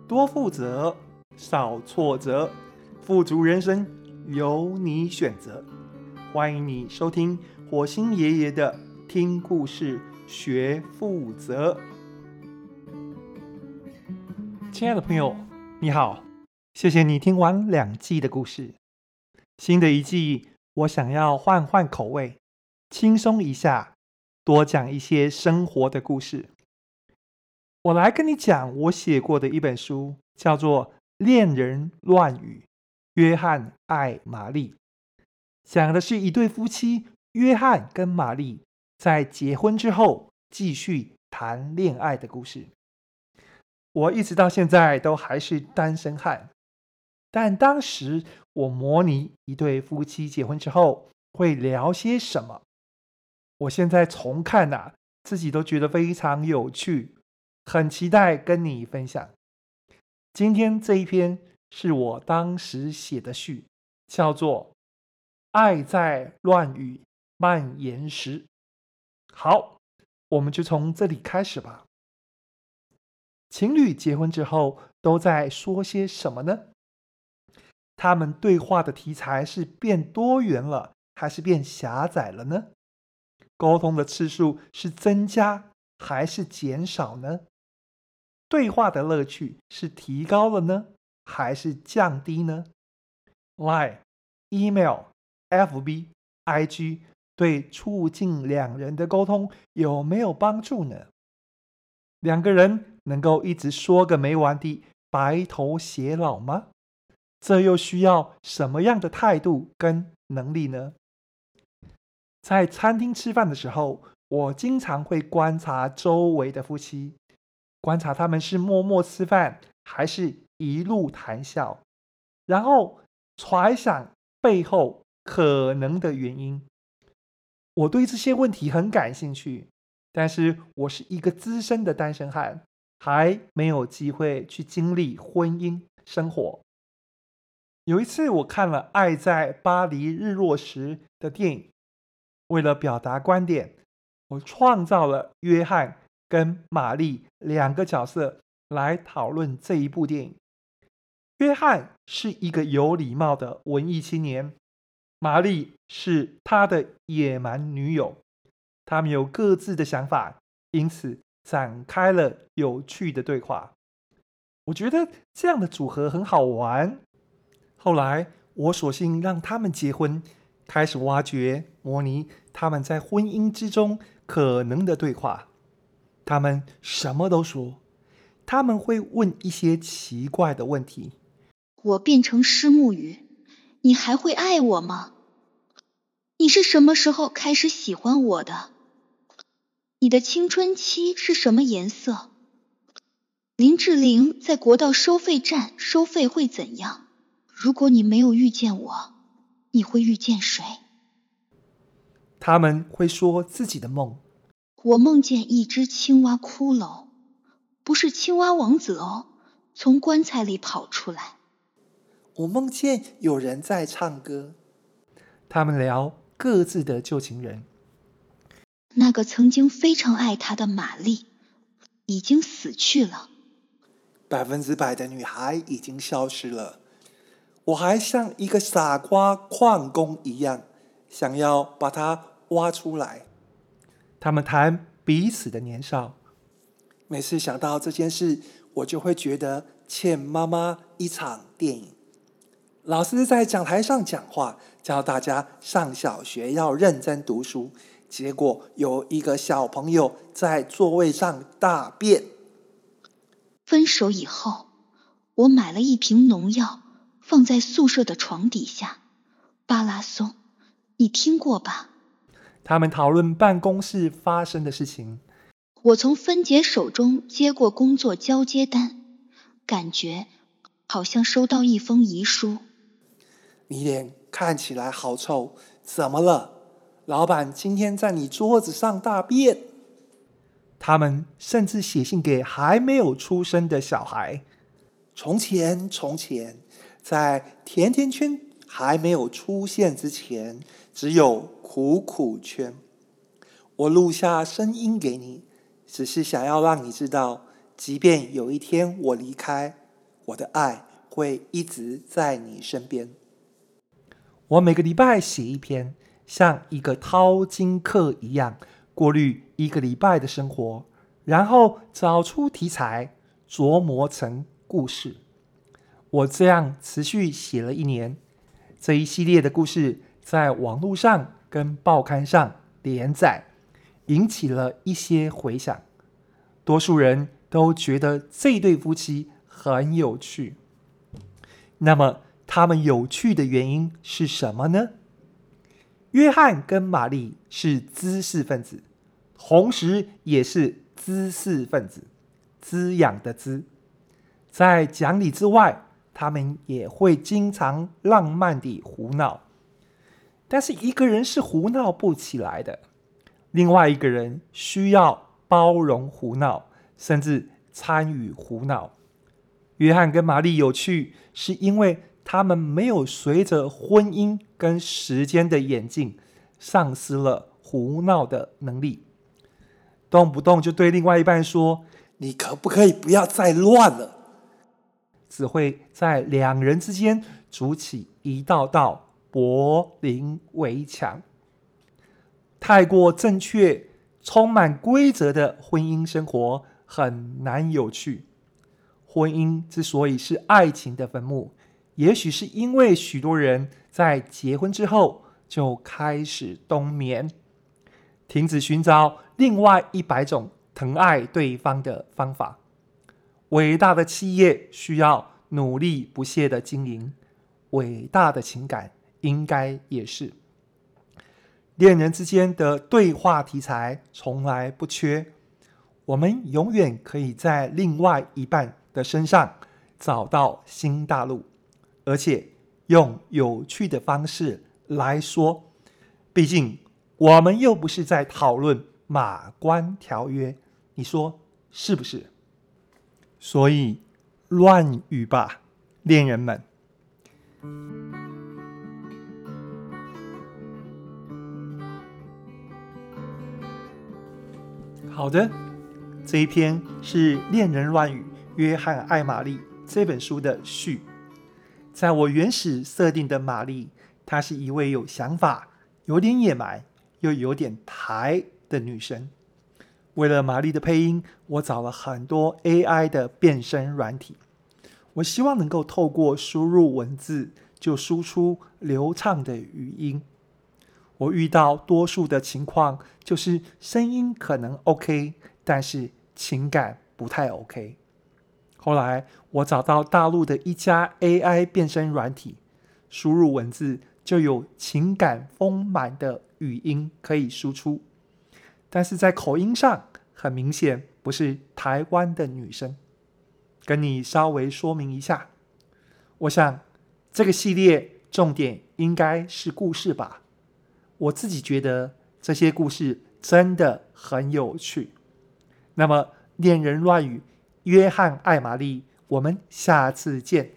多负责，少挫折，富足人生由你选择。欢迎你收听火星爷爷的听故事学负责。亲爱的朋友，你好，谢谢你听完2季的故事。新的一季，我想要换换口味，轻松一下，多讲一些生活的故事。我来跟你讲我写过的一本书，叫做《恋人乱语》，约翰爱玛丽，讲的是一对夫妻约翰跟玛丽在结婚之后继续谈恋爱的故事。我一直到现在都还是单身汉，但当时我模拟一对夫妻结婚之后会聊些什么。我现在重看自己都觉得非常有趣，很期待跟你分享。今天这一篇是我当时写的序，叫做《爱在乱语蔓延时》。好，我们就从这里开始吧。情侣结婚之后都在说些什么呢？他们对话的题材是变多元了，还是变狭窄了呢？沟通的次数是增加还是减少呢？对话的乐趣是提高了呢，还是降低呢？ Line、Email、FB、IG 对促进两人的沟通有没有帮助呢？两个人能够一直说个没完的白头偕老吗？这又需要什么样的态度跟能力呢？在餐厅吃饭的时候，我经常会观察周围的夫妻，观察他们是默默吃饭，还是一路谈笑，然后揣想背后可能的原因。我对这些问题很感兴趣，但是我是一个资深的单身汉，还没有机会去经历婚姻生活。有一次我看了《爱在巴黎日落时》的电影，为了表达观点，我创造了约翰跟玛丽2个角色来讨论这一部电影。约翰是一个有礼貌的文艺青年，玛丽是他的野蛮女友。他们有各自的想法，因此展开了有趣的对话。我觉得这样的组合很好玩。后来我索性让他们结婚，开始挖掘、模拟他们在婚姻之中可能的对话。他们什么都说，他们会问一些奇怪的问题。 我变成虱目鱼，你还会爱我吗？你是什么时候开始喜欢我的？你的青春期是什么颜色？林志玲在国道收费站收费会怎样？如果你没有遇见我，你会遇见谁？ 他们会说自己的梦。 我梦见一只青蛙骷髅，不是青蛙王子哦，从棺材里跑出来。 我梦见有人在唱歌。他们聊各自的旧情人。 那个曾经非常爱他的玛丽已经死去了。 100%的女孩已经消失了。我还像一个傻瓜矿工一样，想要把它挖出来。他们谈彼此的年少。每次想到这件事，我就会觉得欠妈妈一场电影。老师在讲台上讲话，教大家上小学要认真读书，结果有一个小朋友在座位上大便。 分手以后，我买了一瓶农药，放在宿舍的床底下。巴拉松，你听过吧？ 他们讨论办公室发生的事情。 我从芬姐手中接过工作交接单，感觉好像收到一封遗书。 你脸看起来好臭，怎么了？老板今天在你桌子上大便。他们甚至写信给还没有出生的小孩。从前，从前，在甜甜圈还没有出现之前，只有苦苦圈。我录下声音给你，只是想要让你知道，即便有一天我离开， 我的爱会一直在你身边。我每个礼拜写一篇，像一个淘金客一样，过滤一个礼拜的生活，然后找出题材，琢磨成故事。我这样持续写了1年，这一系列的故事在网络上跟报刊上连载，引起了一些回响。多数人都觉得这对夫妻很有趣。那么他们有趣的原因是什么呢？约翰跟玛丽是知识分子，同时也是知识分子，滋养的滋。在讲理之外，他们也会经常浪漫地胡闹。但是一个人是胡闹不起来的，另外一个人需要包容胡闹，甚至参与胡闹。约翰跟玛丽有趣，是因为他们没有随着婚姻跟时间的演进，丧失了胡闹的能力。动不动就对另外一半说：“你可不可以不要再乱了？”只会在2人之间筑起一道道柏林围墙。太过正确、充满规则的婚姻生活很难有趣。婚姻之所以是爱情的坟墓，也许是因为许多人在结婚之后就开始冬眠，停止寻找另外100种疼爱对方的方法。伟大的企业需要努力不懈的经营，伟大的情感应该也是。恋人之间的对话题材从来不缺，我们永远可以在另外一半的身上找到新大陆，而且用有趣的方式来说。毕竟我们又不是在讨论马关条约，你说是不是？所以乱语吧，恋人们。好的，这一篇是《恋人乱语：约翰爱玛丽》这本书的序。在我原始设定的玛丽，她是一位有想法、有点野蛮又有点台的女生。为了玛丽的配音，我找了很多 AI 的变声软体。我希望能够透过输入文字就输出流畅的语音。我遇到多数的情况就是声音可能 OK， 但是情感不太 OK。后来我找到大陆的一家 AI 变声软体，输入文字就有情感丰满的语音可以输出，但是在口音上很明显不是台湾的女生。跟你稍微说明一下，我想这个系列重点应该是故事吧。我自己觉得这些故事真的很有趣。那么恋人乱语，约翰爱玛丽，我们下次见。